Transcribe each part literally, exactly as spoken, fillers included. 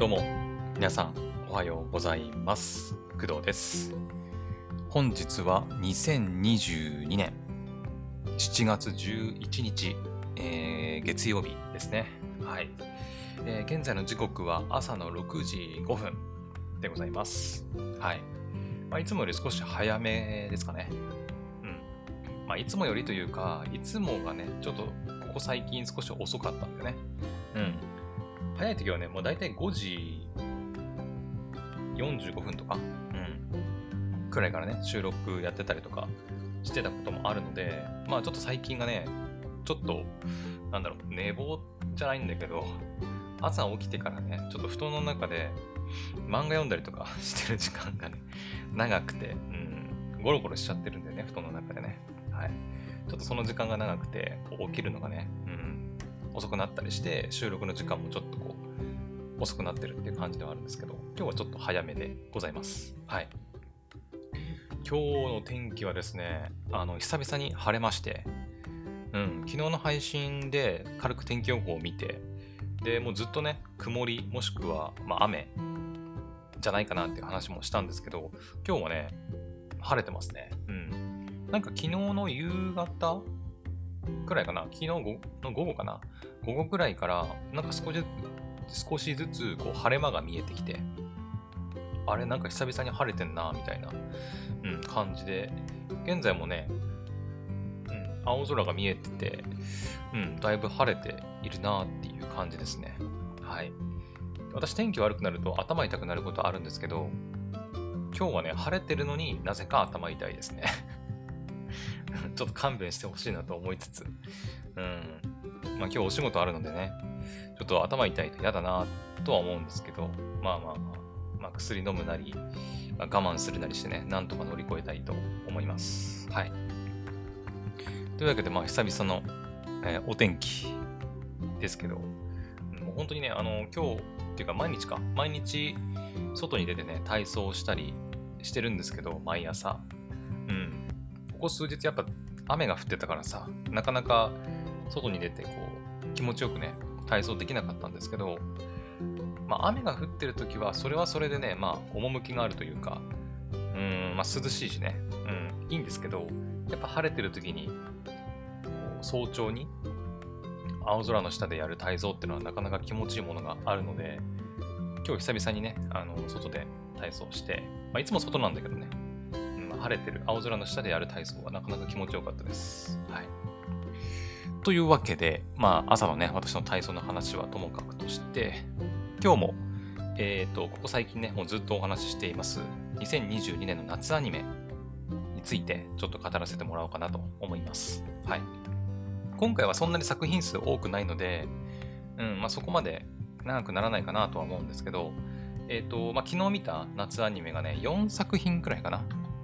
どうも、皆さん、おはようございます。工藤です。本日はにせんにじゅうにねんしちがつじゅういちにち、えー月曜日ですね。はい、えー現在の時刻は朝のろくじごふんでございます。はい。まあ、いつもより少し早めですかね。うん。まあ、いつもよりというか、いつもがね、ちょっとここ最近少し遅かったんでね。うん。早い時はね、もうだいたいごじよんじゅうごふんとか、うん、くらいからね、収録やってたりとかしてたこともあるので、まあちょっと最近がね、ちょっと、なんだろう、寝坊じゃないんだけど、朝起きてからね、ちょっと布団の中で漫画読んだりとかしてる時間がね、長くて、うん、ゴロゴロしちゃってるんだよね、布団の中でね。はい。ちょっとその時間が長くて、起きるのがね、うん、遅くなったりして、収録の時間もちょっとこう、遅くなってるっていう感じではあるんですけど、今日はちょっと早めでございます。はい。今日の天気はですね、あの、久々に晴れまして、うん、昨日の配信で軽く天気予報を見て、で、もうずっとね、曇りもしくは、まあ、雨じゃないかなっていう話もしたんですけど、今日はね、晴れてますね。うん。なんか昨日の夕方くらいかな、昨日の午後かな、午後くらいから、なんか少し少しずつこう晴れ間が見えてきて、あれなんか久々に晴れてんなみたいな、うん、感じで、現在もね、うん、青空が見えてて、うん、だいぶ晴れているなっていう感じですね。はい。私天気悪くなると頭痛くなることあるんですけど、今日はね、晴れてるのになぜか頭痛いですね。ちょっと勘弁してほしいなと思いつつ、うん。まあ今日お仕事あるのでね、ちょっと頭痛いと嫌だなとは思うんですけど、まあまあまあ、まあ、薬飲むなり、まあ、我慢するなりしてね、なんとか乗り越えたいと思います。はい。というわけで、まあ久々の、えーお天気ですけど、もう本当にね、あの、今日っていうか毎日か、毎日外に出てね、体操したりしてるんですけど、毎朝。うん。ここ数日やっぱ雨が降ってたからさ、なかなか外に出てこう気持ちよくね、体操できなかったんですけど、まあ雨が降ってる時はそれはそれでね、まあ趣があるというか、うーん、まあ涼しいしね、うん、いいんですけど、やっぱ晴れてる時に、こう早朝に青空の下でやる体操っていうのはなかなか気持ちいいものがあるので、今日久々にね、あの、外で体操して、まあいつも外なんだけどね、うんまあ、晴れてる青空の下でやる体操はなかなか気持ちよかったです。はい。というわけで、まあ、朝のね、私の体操の話はともかくとして、今日も、えっと、ここ最近ね、もうずっとお話ししています、にせんにじゅうにねんの夏アニメについて、ちょっと語らせてもらおうかなと思います。はい。今回はそんなに作品数多くないので、うん、まあ、そこまで長くならないかなとは思うんですけど、えっと、まあ、昨日見た夏アニメがね、よんさく品くらいかな。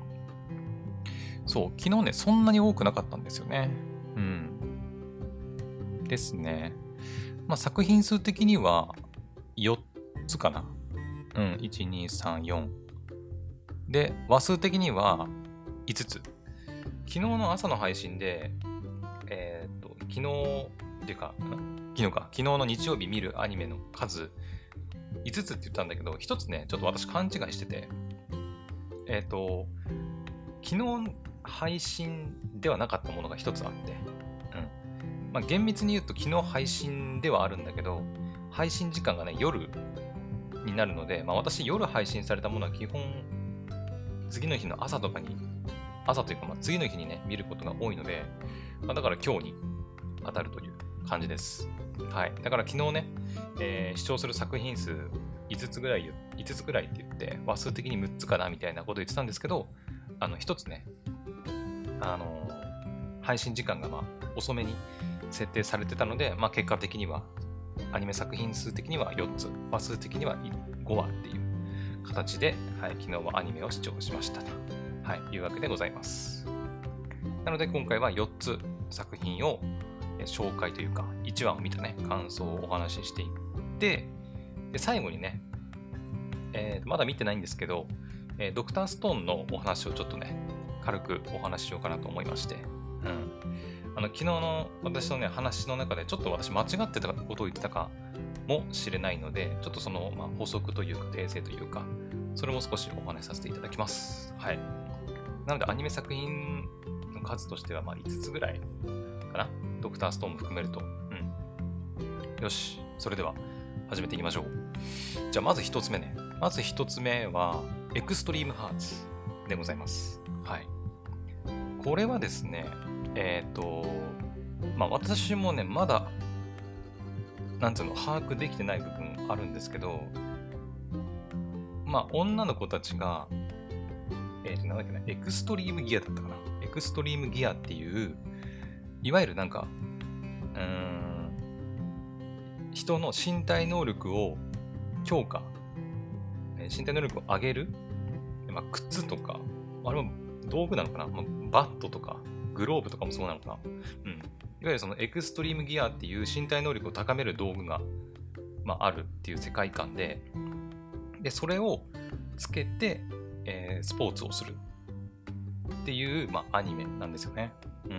そう、昨日ね、そんなに多くなかったんですよね。うん。ですね。まあ、作品数的にはよっつかな。うん、いち、に、さん、よん。で、話数的にはいつつ。昨日の朝の配信で、えーっと、昨日、っていうか、ん昨日か、昨日の日曜日見るアニメの数、いつつって言ったんだけど、ひとつね、ちょっと私勘違いしてて、えーっと、昨日配信ではなかったものがひとつあって、うん。まあ、厳密に言うと昨日配信ではあるんだけど、配信時間がね、夜になるので、まあ、私夜配信されたものは基本、次の日の朝とかに、朝というか、まあ、次の日にね、見ることが多いので、まあ、だから今日に当たるという感じです。はい。だから昨日ね、えー視聴する作品数いつつぐらい、いつつぐらいって言って、話数的にむっつかなみたいなこと言ってたんですけど、あの、ひとつね、あのー配信時間がまあ遅めに設定されてたので、まあ、結果的には、アニメ作品数的にはよっつ、話数的にはごわっていう形で、はい、昨日はアニメを視聴しましたと、はい、いうわけでございます。なので今回はよっつ作品をえ紹介というか、いちわを見たね、感想をお話ししていって、で最後にね、えーまだ見てないんですけど、えードクターストーンのお話をちょっとね、軽くお話ししようかなと思いまして、うん。 あの、昨日の私のね、話の中で、ちょっと私間違ってたことを言ってたかもしれないので、ちょっとその、まあ、補足というか、訂正というか、それも少しお話しさせていただきます。はい。なので、アニメ作品の数としては、まあ、いつつぐらいかな。ドクターストーンも含めると。うん。よし。それでは、始めていきましょう。じゃあ、まず一つ目ね。まず一つ目は、エクストリームハーツでございます。はい。これはですね、えっと、まあ私もね、まだ、なんつうの、把握できてない部分あるんですけど、まあ女の子たちが、えっと、なんだっけな、エクストリームギアだったかな。エクストリームギアっていう、いわゆるなんか、うーん、人の身体能力を強化、身体能力を上げる、まあ、靴とか、あれも道具なのかな、まあ、バットとか、グローブとかもそうなのかな。うん。いわゆるそのエクストリームギアっていう身体能力を高める道具が、まあ、あるっていう世界観で、で、それをつけて、えー、スポーツをするっていう、まあ、アニメなんですよね。うん。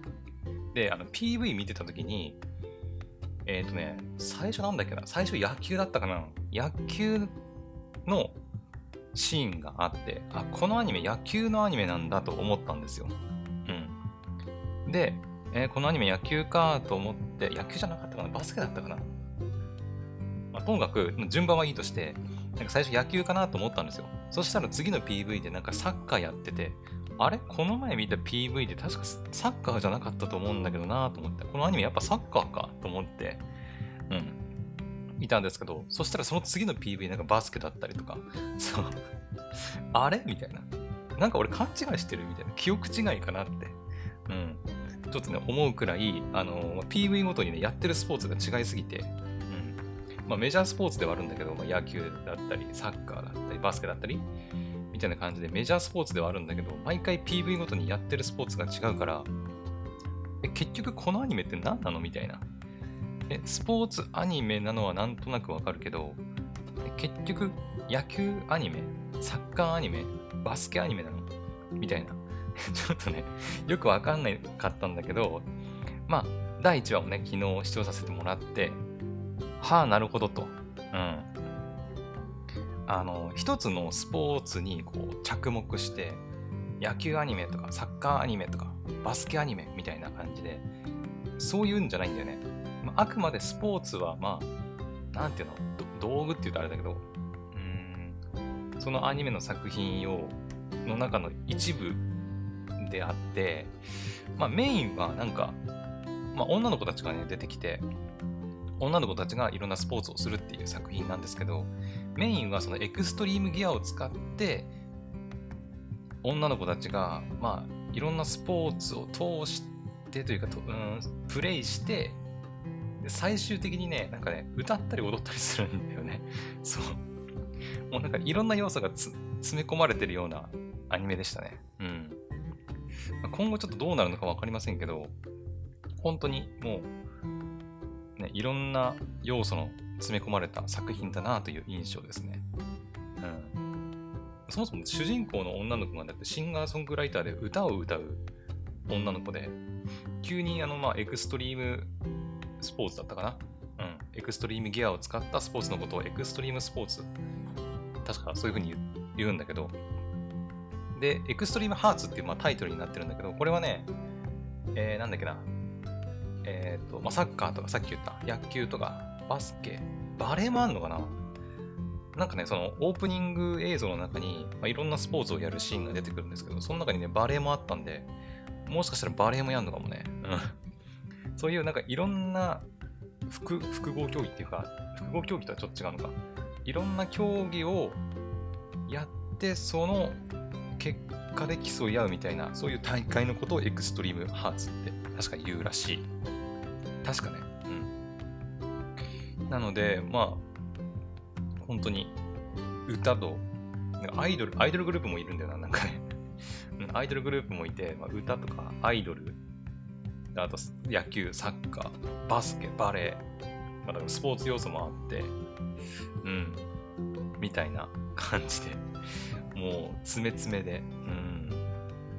で、あの、ピーブイ 見てたときに、えっとね、最初なんだっけな、最初野球だったかな。野球のシーンがあって、あ、このアニメ野球のアニメなんだと思ったんですよ。うん。で、えーこのアニメ野球かと思って、野球じゃなかったかな、バスケだったかな。まあ、ともかく、順番はいいとして、なんか最初野球かなと思ったんですよ。そしたら次の ピーブイ でなんかサッカーやってて、あれこの前見た ピーブイ で確かサッカーじゃなかったと思うんだけどなと思って、このアニメやっぱサッカーかと思って、うん。見たんですけど、そしたらその次の ピーブイ なんかバスケだったりとか、そう。あれみたいな。なんか俺勘違いしてるみたいな。記憶違いかなって。うん。ちょっとね、思うくらい、あの、ピーブイ ごとにね、やってるスポーツが違いすぎて、うん。まあメジャースポーツではあるんだけど、まあ、野球だったり、サッカーだったり、バスケだったり、みたいな感じでメジャースポーツではあるんだけど、毎回 ピーブイ ごとにやってるスポーツが違うから、え、結局このアニメって何なのみたいな。え、スポーツアニメなのはなんとなくわかるけど、結局野球アニメ、サッカーアニメ、バスケアニメなのみたいな。ちょっとね、よくわかんないかったんだけど、まあ、だいいちわをね、昨日視聴させてもらって、はあ、なるほどと。うん。あの、一つのスポーツにこう着目して、野球アニメとか、サッカーアニメとか、バスケアニメみたいな感じで、そういうんじゃないんだよね。まあ、あくまでスポーツは、まあ、なんていうの、道具って言うとあれだけど、うーん、そのアニメの作品を、の中の一部であって、まあメインはなんか、まあ女の子たちがね、出てきて、女の子たちがいろんなスポーツをするっていう作品なんですけど、メインはそのエクストリームギアを使って、女の子たちが、まあ、いろんなスポーツを通してというか、とうん、プレイして、最終的にね、なんかね、歌ったり踊ったりするんだよね。そう。もうなんかいろんな要素がつ詰め込まれてるようなアニメでしたね。うん。今後ちょっとどうなるのかわかりませんけど、本当にもう、ね、いろんな要素の詰め込まれた作品だなという印象ですね。うん。そもそも主人公の女の子がだってシンガーソングライターで歌を歌う女の子で、急にあの、まあ、エクストリームスポーツだったかな。うん。エクストリームギアを使ったスポーツのことをエクストリームスポーツ。確かそういう風に言うんだけど。で、エクストリームハーツっていう、まあ、タイトルになってるんだけど、これはね、えー、なんだっけな。えっと、まあ、サッカーとかさっき言った野球とかバスケ、バレーもあんのかな。なんかね、そのオープニング映像の中に、まあ、いろんなスポーツをやるシーンが出てくるんですけど、その中にね、バレーもあったんで、もしかしたらバレーもやるのかもね。うん。そういうなんかいろんな複複合競技っていうか、複合競技とはちょっと違うのか。いろんな競技をやって、その結果で競い合うみたいな、そういう大会のことをエクストリームハーツって確か言うらしい。確かね。うん。なので、まあ、本当に歌と、アイドル、アイドルグループもいるんだよな、なんかね。アイドルグループもいて、まあ、歌とかアイドル、あと野球、サッカー、バスケ、バレー、まあ、スポーツ要素もあって、うん、みたいな感じで、もう詰め詰めで、うん、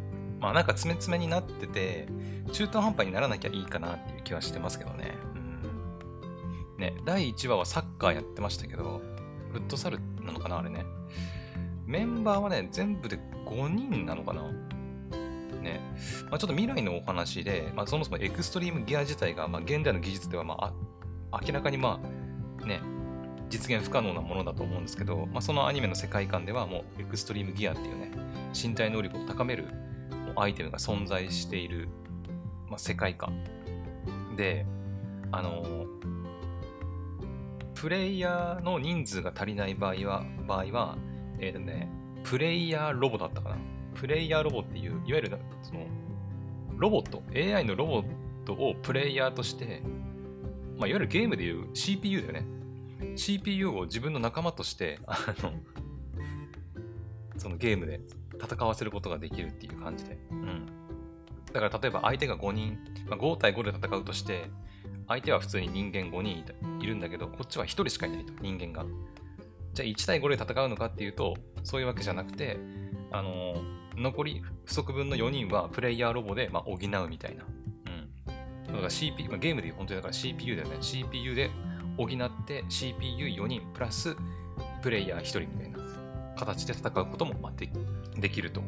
まあなんか詰め詰めになってて、中途半端にならなきゃいいかなっていう気はしてますけどね。うん。ね、だいいちわはサッカーやってましたけど、フットサルなのかなあれね。メンバーはね、全部でごにんなのかなね。まあ、ちょっと未来のお話で、まあ、そもそもエクストリームギア自体が、まあ、現代の技術では、まあ、あ明らかにまあ、ね、実現不可能なものだと思うんですけど、まあ、そのアニメの世界観ではもうエクストリームギアっていうね、身体能力を高めるアイテムが存在している、まあ、世界観で、あのー、プレイヤーの人数が足りない場合は、場合は、えーとね、プレイヤーロボだったかな。プレイヤーロボっていう、いわゆるそのロボット、エーアイ のロボットをプレイヤーとして、まあ、いわゆるゲームでいう シーピーユー だよね。シーピーユー を自分の仲間として、あの、そのゲームで戦わせることができるっていう感じで。うん。だから例えば相手がごにん、まあ、ご対ごで戦うとして、相手は普通に人間ごにんいるんだけど、こっちはひとりしかいないと、人間が。じゃあいち対ごで戦うのかっていうと、そういうわけじゃなくて、あのー、残り不足分のよにんはプレイヤーロボで、まあ、補うみたいな。うん。だから シーピーユー、まあ、ゲームで本当にだから シーピーユー だよね。シーピーユー で補って シーピーユーよにんプラスプレイヤーひとりみたいな形で戦うこともでできると。うん。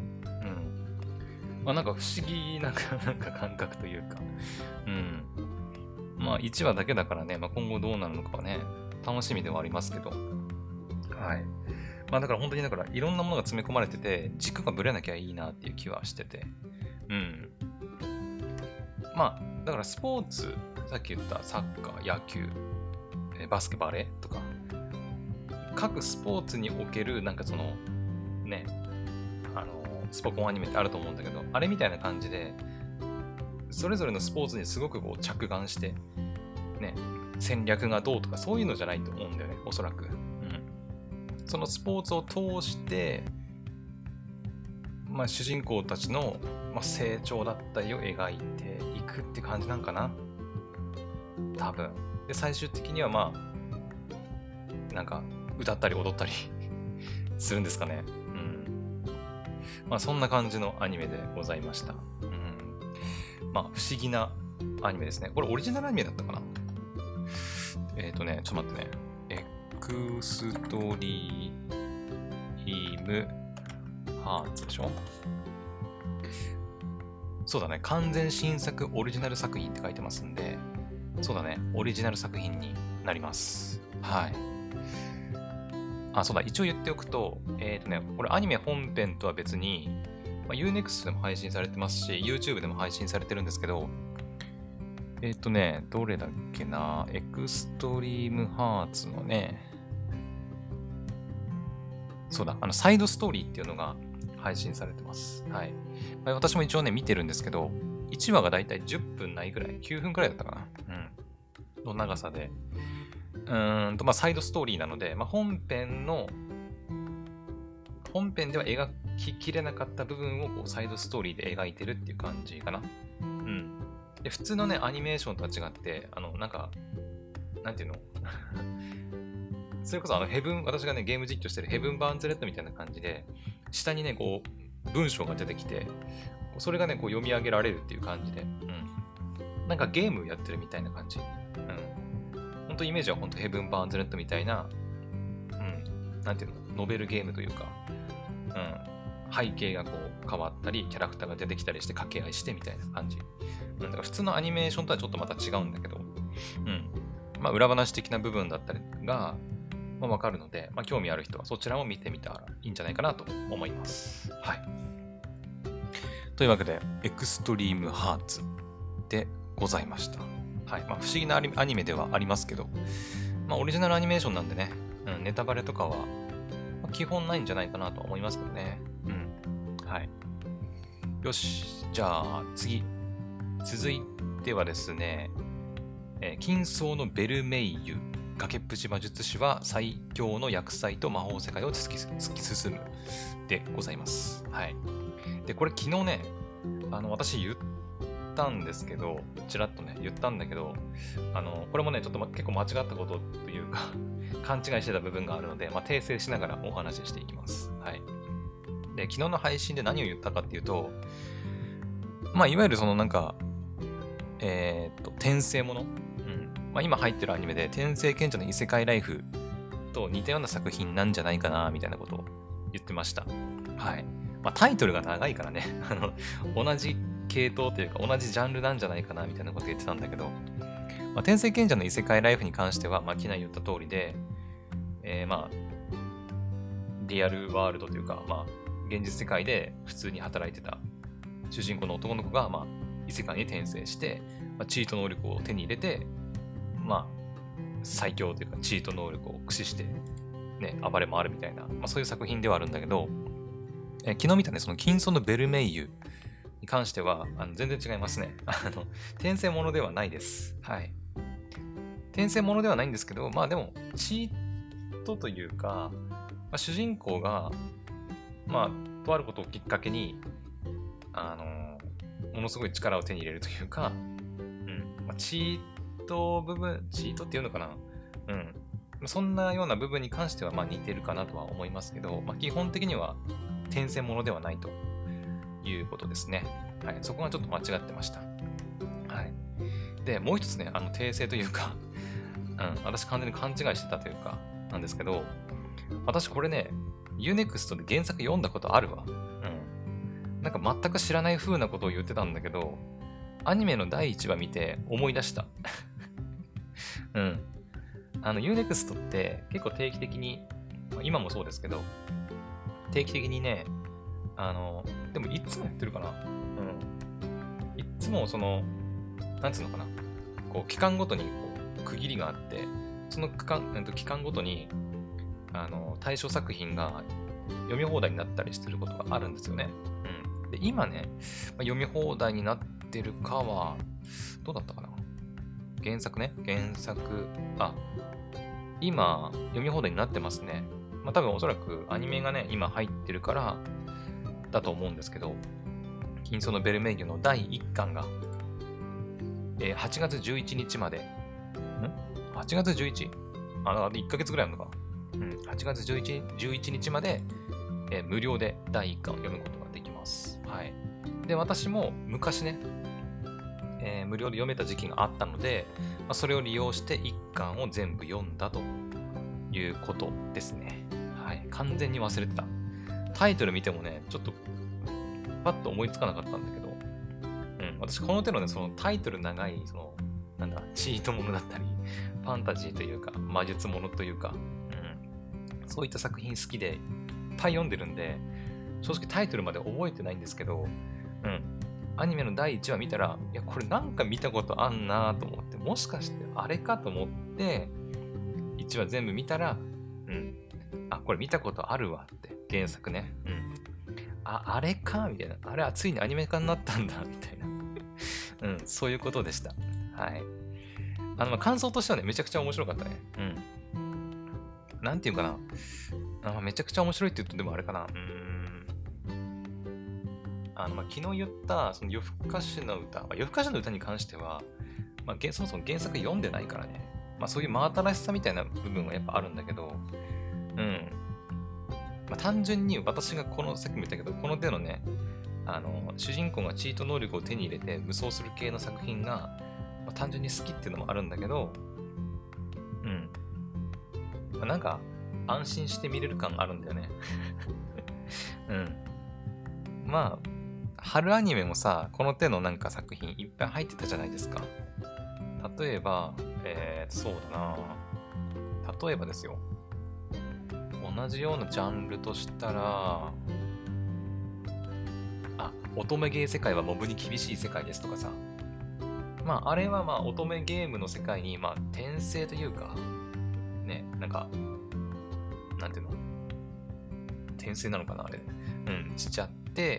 まあなんか不思議ななんか感覚というか。うん。まあいちわだけだからね、まあ、今後どうなるのかはね、楽しみではありますけど。はい。まあだから本当にだからいろんなものが詰め込まれてて、軸がぶれなきゃいいなっていう気はしてて。うん。まあだからスポーツ、さっき言ったサッカー、野球、バスケバレーとか、各スポーツにおけるなんかそのね、あのスポコンアニメってあると思うんだけど、あれみたいな感じで、それぞれのスポーツにすごくこう着眼して、ね、戦略がどうとかそういうのじゃないと思うんだよね、おそらく。うん。そのスポーツを通して、まあ主人公たちの、まあ、成長だったりを描いていくって感じなんかな。多分。で、最終的にはまあ、なんか、歌ったり踊ったりするんですかね。うん。まあ、そんな感じのアニメでございました。うん。まあ、不思議なアニメですね。これオリジナルアニメだったかな。えっ、ー、とね、ちょっと待ってね。エクストリームハーツでしょ。そうだね。完全新作オリジナル作品って書いてますんで、そうだね。オリジナル作品になります。はい。あ、そうだ。一応言っておくと、えっ、ー、とね、これアニメ本編とは別に、まあ、ユーネクスト でも配信されてますし、YouTube でも配信されてるんですけど、えっ、ー、とね、どれだっけな、エクストリームハーツのね、そうだ、あの、サイドストーリーっていうのが配信されてます。はい。まあ、私も一応ね、見てるんですけど、いちわがだいたいじゅっぷんないぐらい、きゅうふんくらいだったかな。うん。の長さで。うーんと、まあ、サイドストーリーなので、まあ、本編の、本編では描ききれなかった部分をこうサイドストーリーで描いてるっていう感じかな。うん。で、普通のね、アニメーションとは違って、あの、なんか、なんていうのそれこそあの、ヘブン、私がね、ゲーム実況してるヘブン・バーンズ・レッドみたいな感じで、下にね、こう、文章が出てきて、それがね、こう読み上げられるっていう感じで、うん。なんかゲームやってるみたいな感じ。うん。本当イメージは本当ヘブン・バーンズ・レッドみたいな、うん。なんていうの、ノベルゲームというか、うん。背景がこう変わったり、キャラクターが出てきたりして掛け合いしてみたいな感じ。うん。だから普通のアニメーションとはちょっとまた違うんだけど、うん。まあ、裏話的な部分だったりが、まあ、わかるので、まあ、興味ある人はそちらを見てみたらいいんじゃないかなと思います。はい。というわけで、エクストリームハーツでございました。はい。まあ、不思議なアニメではありますけど、まあ、オリジナルアニメーションなんでね、うん、ネタバレとかは、まあ、基本ないんじゃないかなと思いますけどね。うん。はい。よし。じゃあ、次。続いてはですね、えー、金層のベルメイユ。崖っぷち魔術師は最強の薬剤と魔法世界を突き、突き進むでございます。はい。で、これ昨日ね、あの、私言ったんですけど、ちらっとね、言ったんだけど、あの、これもね、ちょっと、ま、結構間違ったことというか、勘違いしてた部分があるので、まあ、訂正しながらお話ししていきます。はい。で、昨日の配信で何を言ったかっていうと、 まあ、いわゆるそのなんか、えーっと、転生もの、うん。まあ、今入ってるアニメで、転生賢者の異世界ライフと似たような作品なんじゃないかな、みたいなことを言ってました。はい。まあ、タイトルが長いからね、あの、同じ系統というか、同じジャンルなんじゃないかな、みたいなこと言ってたんだけど、まあ、転生賢者の異世界ライフに関しては、まあ、キナ言った通りで、えー、まあ、リアルワールドというか、まあ、現実世界で普通に働いてた主人公の男の子が、まあ、異世界に転生して、まあ、チート能力を手に入れて、まあ、最強というか、チート能力を駆使して、ね、暴れ回るみたいな、まあ、そういう作品ではあるんだけど、え昨日見たね、その金層のベルメイユに関しては、あの全然違いますね。あの、転生ものではないです。はい。転生ものではないんですけど、まあでも、チートというか、まあ、主人公が、まあ、とあることをきっかけに、あの、ものすごい力を手に入れるというか、うん、まあ、チート部分、チートっていうのかな、うん。そんなような部分に関しては、まあ似てるかなとは思いますけど、まあ基本的には転生ものではないということですね。はい。そこがちょっと間違ってました。はい。で、もう一つね、あの、訂正というか、うん、私完全に勘違いしてたというか、なんですけど、私これね、ユーネクストで原作読んだことあるわ。うん。なんか全く知らない風なことを言ってたんだけど、アニメのだいいちわ見て思い出した。うん。あの、ユーネクストって結構定期的に、今もそうですけど、定期的にね、あの、でもいつもやってるかな。うん。いつもその、なんつうのかな。こう、期間ごとにこう区切りがあって、その期間、えっと、期間ごとに、あの、対象作品が読み放題になったりしてることがあるんですよね。うん。で、今ね、まあ、読み放題になってるかは、どうだったかな。原作ね。原作、あ、今、読み放題になってますね。まあ多分おそらくアニメがね、今入ってるからだと思うんですけど、金層のベルメイユのだいいっかんが、えーはちがつじゅういちにちまで、ん ?はち 月じゅういち? あ、いっかげつぐらいあるのか。うん、はちがつじゅういち、じゅういちにちまで、えー無料でだいいっかんを読むことができます。はい。で、私も昔ね、えー無料で読めた時期があったので、まあ、それを利用していっかんを全部読んだということですね。はい。完全に忘れてた。タイトル見てもね、ちょっとパッと思いつかなかったんだけど、うん。私、この手のね、そのタイトル長い、その、なんだ、チートものだったり、ファンタジーというか、魔術ものというか、うん。そういった作品好きで、いっぱい読んでるんで、正直タイトルまで覚えてないんですけど、うん。アニメのだいいちわ見たら、いや、これなんか見たことあんなと思って、もしかしてあれかと思って、いちわ全部見たら、うん。あ、これ見たことあるわって、原作ね。うん。あ、あれかみたいな。あれはついにアニメ化になったんだみたいな。うん、そういうことでした。はい。あの、まあ感想としてはね、めちゃくちゃ面白かったね。うん。なんていうかな。あめちゃくちゃ面白いって言うとでもあれかな。うーん。あの、まあ、昨日言った、その夜更かしの歌、まあ、夜更かしの歌に関しては、まあ、そもそも原作読んでないからね。まあ、そういう真新しさみたいな部分はやっぱあるんだけど、うん。まあ、単純に私がこの、さっきも言ったけど、この手のね、あの、主人公がチート能力を手に入れて無双する系の作品が、まあ、単純に好きっていうのもあるんだけど、うん。まあ、なんか、安心して見れる感あるんだよね。うん。まあ、春アニメもさ、この手のなんか作品いっぱい入ってたじゃないですか。例えば、えー、そうだな。例えばですよ。同じようなジャンルとしたら、あ、乙女ゲー世界はモブに厳しい世界ですとかさ。まあ、あれはまあ、乙女ゲームの世界に、まあ、転生というか、ね、なんか、なんていうの転生なのかなあれ。うん、しちゃって、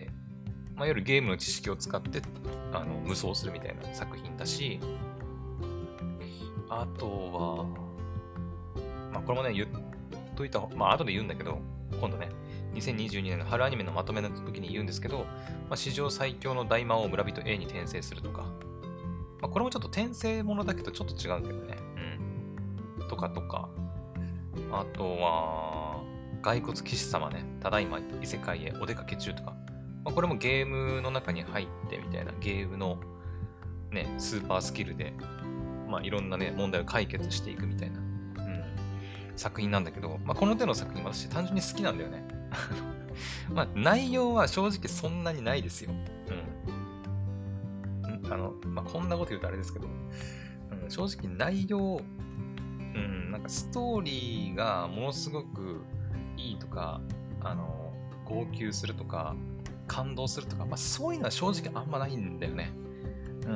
まあ、いわゆるゲームの知識を使ってあの無双するみたいな作品だし、あとは、まあ、これもね、言っといた、まあ、後で言うんだけど、今度ね、にせんにじゅうにねんの春アニメのまとめの時に言うんですけど、まあ、史上最強の大魔王村人 A に転生するとか、まあ、これもちょっと転生ものだけどちょっと違うけどね、うん。とかとか、あとは、骸骨騎士様ね、ただいま異世界へお出かけ中とか、 まあ、これもゲームの中に入ってみたいな、ゲームのね、スーパースキルで、まあ、いろんなね、問題を解決していくみたいな、うん、作品なんだけど、まあ、この手の作品、私単純に好きなんだよね。まあ、内容は正直そんなにないですよ。うん。あの、まあ、こんなこと言うとあれですけど、うん、正直内容、うん、なんかストーリーがものすごくいいとか、あの、号泣するとか、感動するとか、まあ、そういうのは正直あんまないんだよね。うん。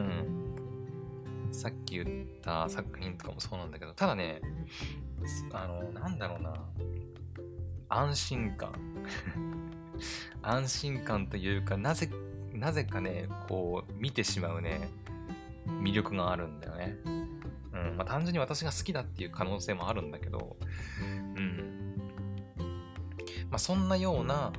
さっき言った作品とかもそうなんだけど、ただね、あの、なんだろうな、安心感。安心感というか、なぜ、なぜかね、こう、見てしまうね、魅力があるんだよね。うん、まあ単純に私が好きだっていう可能性もあるんだけど、うん。まあそんなような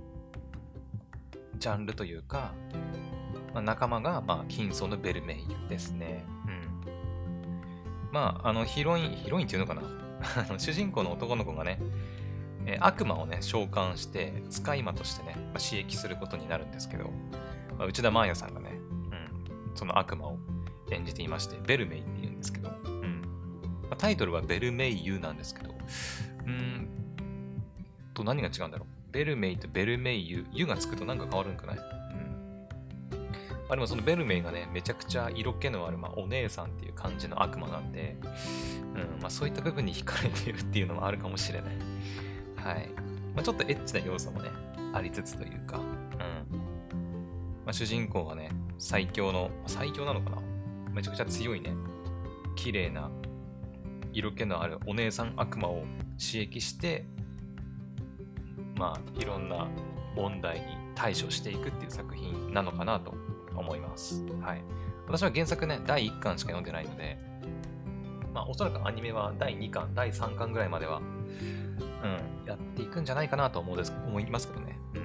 ジャンルというか、まあ、仲間が、まあ、金層のベルメイユですね。うん。まあ、あの、ヒロイン、ヒロインっていうのかなあの主人公の男の子がね、えー悪魔をね、召喚して、使い魔としてね、まあ、刺激することになるんですけど、まあ、内田真礼さんがね、うん、その悪魔を演じていまして、ベルメイって言うんですけど、うんまあ、タイトルはベルメイユなんですけど、うーんと何が違うんだろう。ベルメイとベルメイユ、ユがつくと何か変わるんかな、うんまあ、でもそのベルメイがね、めちゃくちゃ色気のある、まあ、お姉さんっていう感じの悪魔なんで、うんまあ、そういった部分に惹かれているっていうのもあるかもしれない。はい。まあ、ちょっとエッチな要素もね、ありつつというか、うん。まあ、主人公がね、最強の、最強なのかなめちゃくちゃ強いね、綺麗な、色気のあるお姉さん悪魔を刺激して、まあ、いろんな問題に対処していくっていう作品なのかなと思います。はい。私は原作ね、だいいっかんしか読んでないので、まあ、おそらくアニメはだいにかん、だいさんかんぐらいまでは、うん、やっていくんじゃないかなと思うんです思いますけどね。うん。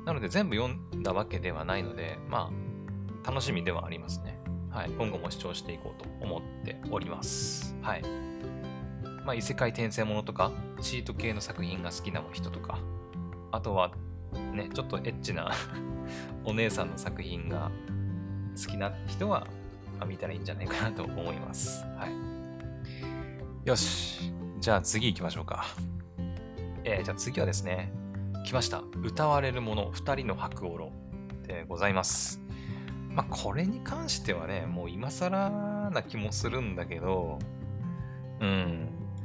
なので、全部読んだわけではないので、まあ、楽しみではありますね。はい。今後も視聴していこうと思っております。はい。まあ、異世界転生ものとか、チート系の作品が好きな人とか、あとは、ね、ちょっとエッチなお姉さんの作品が好きな人は、まあ、見たらいいんじゃないかなと思います。はい。よし。じゃあ次行きましょうか。えー、じゃあ次はですね、来ました。歌われるもの、二人の白オロでございます。まあ、これに関してはね、もう今更な気もするんだけど、うん。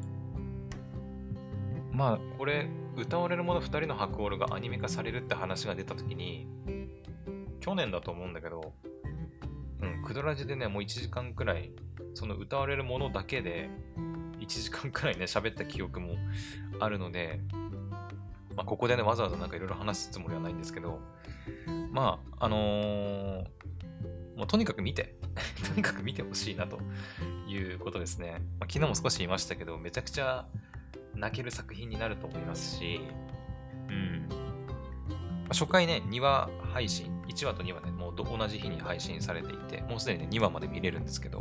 まあ、これ、歌われるもの二人の白オロがアニメ化されるって話が出たときに、去年だと思うんだけど、うん、クドラジでね、もういちじかんくらい、その歌われるものだけで、いちじかんくらいね、喋った記憶もあるので、まあ、ここでね、わざわざなんかいろいろ話すつもりはないんですけど、まあ、あのー、もうとにかく見て、とにかく見てほしいなということですね。まあ、昨日も少し言いましたけど、めちゃくちゃ泣ける作品になると思いますし、うん。まあ、初回ね、にわ配信、いちわとにわね、もう同じ日に配信されていて、もうすでにね、にわまで見れるんですけど、うん。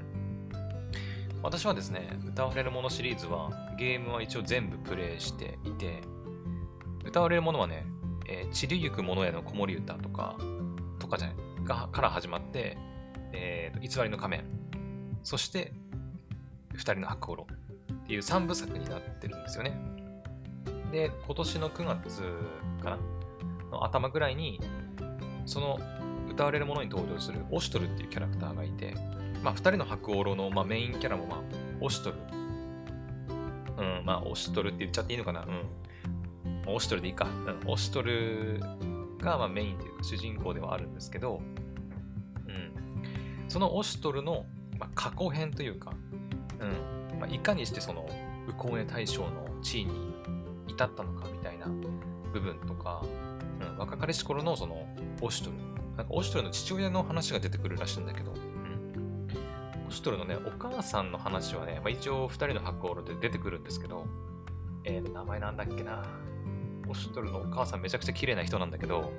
私はですね、歌われるものシリーズは、ゲームは一応全部プレイしていて、歌われるものはね、えー、散りゆく者への子守歌とか、とかじゃない、がから始まって、えーと、偽りの仮面、そして、二人の白狼っていう三部作になってるんですよね。で、今年のくがつかなの頭ぐらいに、その歌われるものに登場するオシュトルっていうキャラクターがいて、まあ、二人の白狼の、まあ、メインキャラも、まあ、オシュトル。うん、まあ、オシュトルって言っちゃっていいのかな。うん。オシュトルでいいか。うん、オシュトルが、まあ、メインというか主人公ではあるんですけど、うん。そのオシュトルの、まあ、過去編というか、うん。まあ、いかにしてその、ウコーネ大将の地位に至ったのかみたいな部分とか、うん、若かりし頃のその、オシュトル。なんかオシュトルの父親の話が出てくるらしいんだけど、オシュトルのね、お母さんの話はね、まあ、一応二人の白狼で出てくるんですけど、えー、名前なんだっけな。オシュトルのお母さんめちゃくちゃ綺麗な人なんだけど、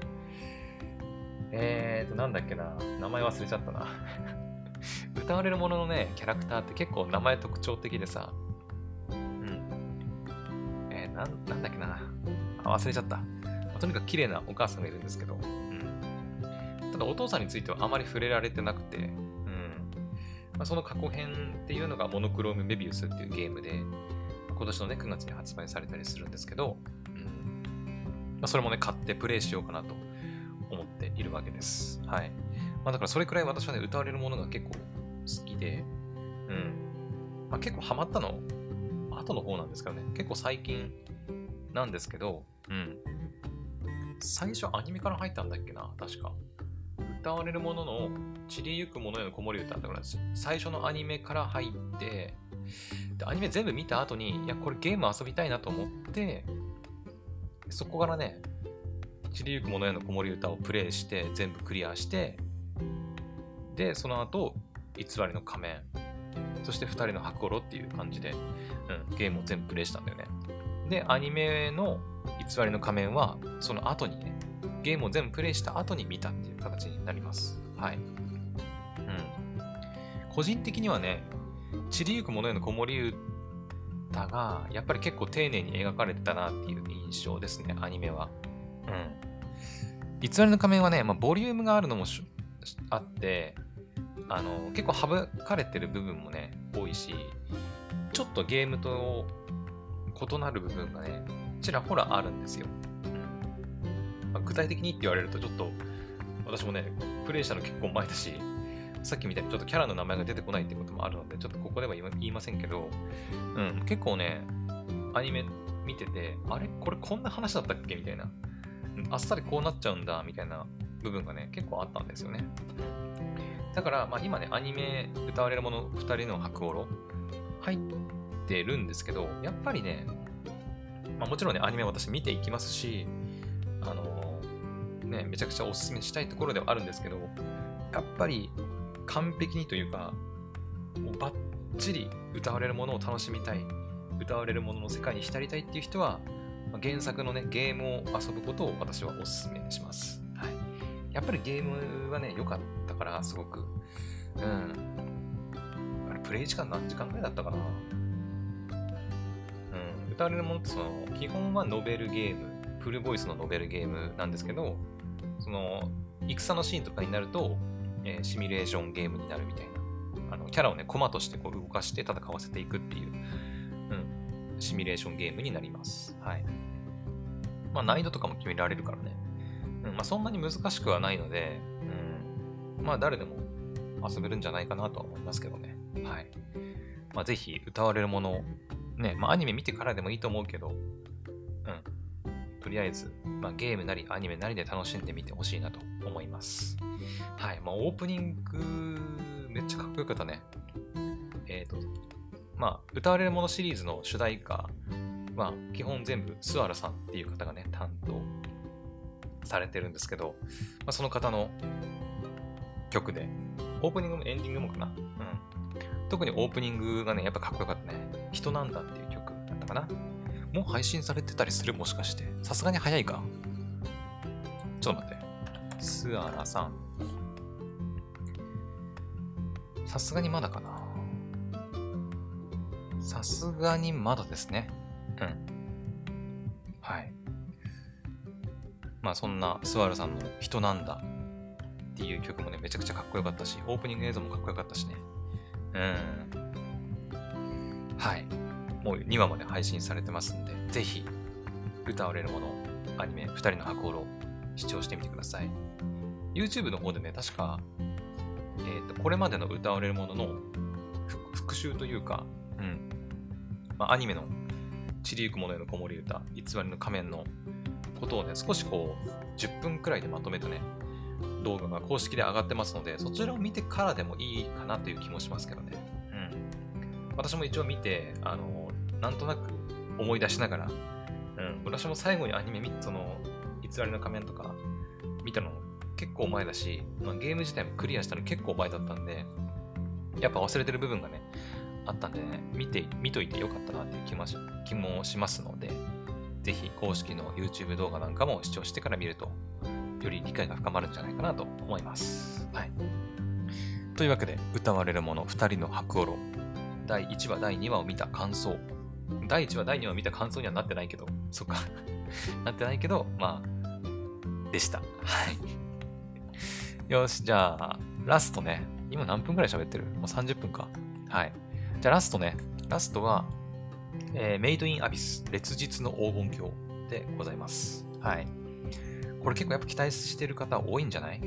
えーと、なんだっけな。名前忘れちゃったな。歌われるもののね、キャラクターって結構名前特徴的でさ、うん。えー、なん、なんだっけな。あ、忘れちゃった。 とにかく綺麗なお母さんがいるんですけど、うん、ただお父さんについてはあまり触れられてなくて、うんまあ、その過去編っていうのがモノクロームメビウスっていうゲームで、今年のね、くがつに発売されたりするんですけど、うんまあ、それもね、買ってプレイしようかなと思っているわけです。はい。まあ、だからそれくらい私はね、歌われるものが結構好きで、うん。まあ、結構ハマったの、後の方なんですけどね、結構最近なんですけど、うん。最初アニメから入ったんだっけな、確か。歌われるものの散りゆくものへの子守歌だから、最初のアニメから入って、でアニメ全部見た後に、いや、これゲーム遊びたいなと思って、そこからね、散りゆくものへの子守歌をプレイして、全部クリアして、で、その後、偽りの仮面、そしてふたりの白ロっていう感じで、うん、ゲームを全部プレイしたんだよね。で、アニメの偽りの仮面は、その後にね、ゲームを全部プレイした後に見たっていう形になります。はい。うん。個人的にはね、散りゆくものへの子守歌が、やっぱり結構丁寧に描かれてたなっていう印象ですね、アニメは。うん。偽りの仮面はね、まあ、ボリュームがあるのもあって、あの、結構省かれてる部分もね、多いし、ちょっとゲームと異なる部分がね、ちらほらあるんですよ。まあ、具体的にって言われるとちょっと私もね、プレイしたの結構前だし、さっきみたいにちょっとキャラの名前が出てこないってこともあるので、ちょっとここでは言いませんけど、うん、結構ね、アニメ見てて、あれこれこんな話だったっけみたいな、あっさりこうなっちゃうんだみたいな部分がね、結構あったんですよね。だから、まあ今ね、アニメ歌われるものふたりの白オロ入ってるんですけど、やっぱりね、まあもちろんね、アニメ私見ていきますし、あのー、ね、めちゃくちゃおすすめしたいところではあるんですけど、やっぱり完璧にというか、もうバッチリ歌われるものを楽しみたい、歌われるものの世界に浸りたいっていう人は、まあ、原作のね、ゲームを遊ぶことを私はおすすめします。はい。やっぱりゲームはね、良かったから、すごく。うん。あれ、プレイ時間何時間くらいだったかな。うん。歌われるものって、その、基本はノベルゲーム、フルボイスのノベルゲームなんですけど、その、戦のシーンとかになると、えー、シミュレーションゲームになるみたいな。あの、キャラをね、コマとしてこう動かして戦わせていくっていう、うん、シミュレーションゲームになります。はい。まあ、難易度とかも決められるからね。うん、まあ、そんなに難しくはないので、うん、まあ、誰でも遊べるんじゃないかなとは思いますけどね。はい。まあ、ぜひ、歌われるもの、ね、まあ、アニメ見てからでもいいと思うけど、うん。とりあえず、まあ、ゲームなりアニメなりで楽しんでみてほしいなと思います。はい。まあ、オープニング、めっちゃかっこよかったね。えっと、まあ、歌われるものシリーズの主題歌は、基本全部、スワラさんっていう方がね、担当されてるんですけど、まあ、その方の曲で、オープニングもエンディングもかな。うん。特にオープニングがね、やっぱかっこよかったね。人なんだっていう曲だったかな。もう配信されてたりするもしかして。さすがに早いか。ちょっと待って。スアラさん。さすがにまだかな。さすがにまだですね。うん。はい。まあそんなスワラさんの人なんだっていう曲もね、めちゃくちゃかっこよかったし、オープニング映像もかっこよかったしね。うん。はい。もうにわまで配信されてますんで、ぜひ、歌われるもの、アニメ、ふたりの白オロ、視聴してみてください。YouTube の方でね、確か、えっと、これまでの歌われるものの復習というか、うん。まあ、アニメの散りゆくものへの子守歌、偽りの仮面のことをね、少しこう、じゅっぷんくらいでまとめたね、動画が公式で上がってますので、そちらを見てからでもいいかなという気もしますけどね。うん。私も一応見て、あの、なんとなく思い出しながら、うん、私も最後にアニメ見て、その、偽りの仮面とか見たの結構前だし、まあ、ゲーム自体もクリアしたの結構前だったんで、やっぱ忘れてる部分がね、あったんでね、見て、見といてよかったなっていう気もし、気もしますので、ぜひ公式の YouTube 動画なんかも視聴してから見ると、より理解が深まるんじゃないかなと思います。はい。というわけで、歌われるものふたりの白オロ、だいいちわ、だいにわを見た感想。だいいちわ、だいにわを見た感想にはなってないけど、そっか。なってないけど、まあ、 でした。はい。よし、じゃあ、ラストね。今何分くらい喋ってる？もうさんじゅっぷんか。はい。じゃあラストね。ラストは、えー、メイドインアビス、烈日の黄金鏡でございます。はい。これ結構やっぱ期待してる方多いんじゃない？うん。